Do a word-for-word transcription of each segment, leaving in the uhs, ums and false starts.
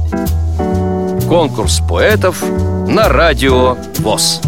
Конкурс поэтов на радио ВОС.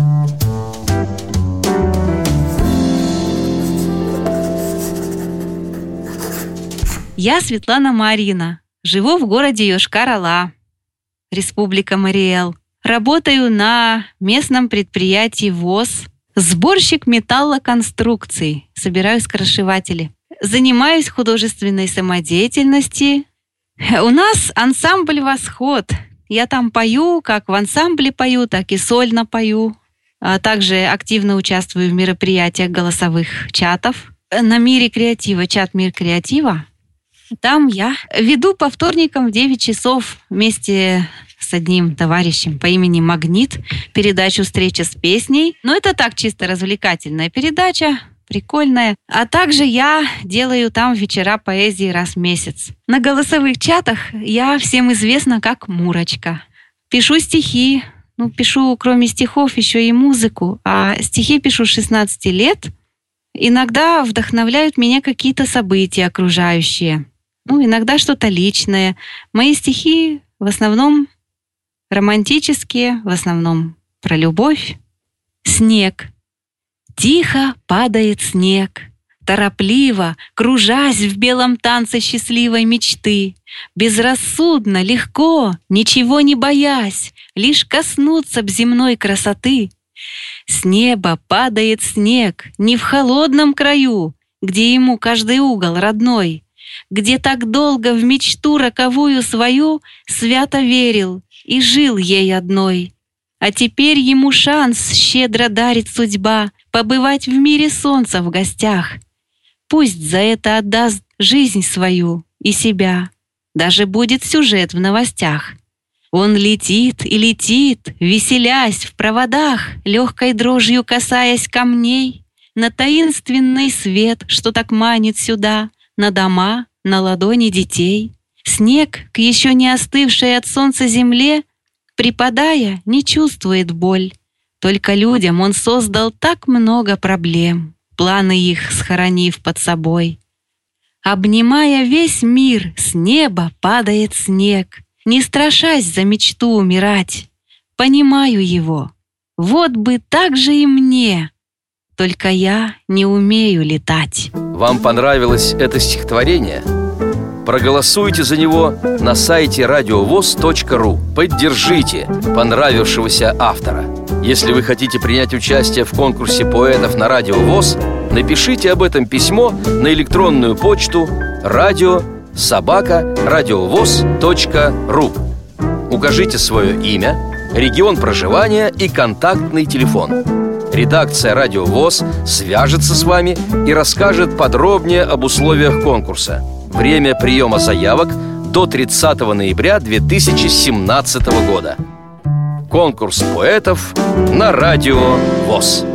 Я Светлана Марьина, живу в городе Йошкар-Ола, Республика Марий-Эл. Работаю на местном предприятии ВОС, сборщик металлоконструкций, собираю скоросшиватели. Занимаюсь художественной самодеятельностью. У нас ансамбль «Восход». Я там пою, как в ансамбле пою, так и сольно пою. А также активно участвую в мероприятиях голосовых чатов. На Мире Креатива, чат Мир Креатива. Там я веду по вторникам в девять часов вместе с одним товарищем по имени Магнит передачу «Встреча с песней». Но это так, чисто развлекательная передача, прикольная. А также я делаю там вечера поэзии раз в месяц. На голосовых чатах я всем известна как Мурочка. Пишу стихи. Ну, пишу, кроме стихов, еще и музыку. А стихи пишу с шестнадцати лет. Иногда вдохновляют меня какие-то события окружающие. Ну, иногда что-то личное. Мои стихи в основном романтические, в основном про любовь. Снег. Тихо падает снег, торопливо, кружась в белом танце счастливой мечты. Безрассудно, легко, ничего не боясь, лишь коснуться б земной красоты. С неба падает снег не в холодном краю, где ему каждый угол родной, где так долго в мечту роковую свою свято верил и жил ей одной. А теперь ему шанс щедро дарит судьба побывать в мире солнца в гостях. Пусть за это отдаст жизнь свою и себя, даже будет сюжет в новостях. Он летит и летит, веселясь в проводах, легкой дрожью касаясь камней, на таинственный свет, что так манит сюда, на дома, на ладони детей. Снег к еще не остывшей от солнца земле, припадая, не чувствует боль. Только людям он создал так много проблем, планы их схоронив под собой. Обнимая весь мир, с неба падает снег, не страшась за мечту умирать. Понимаю его, вот бы так же и мне, только я не умею летать. Вам понравилось это стихотворение? Проголосуйте за него на сайте радиовос точка ру. Поддержите понравившегося автора. Если вы хотите принять участие в конкурсе поэтов на Радио ВОС, напишите об этом письмо на электронную почту радио собака радиовос точка ру. Укажите свое имя, регион проживания и контактный телефон. Редакция Радио ВОС свяжется с вами и расскажет подробнее об условиях конкурса. Время приема заявок до тридцатого ноября две тысячи семнадцатого года. Конкурс поэтов на Радио ВОС.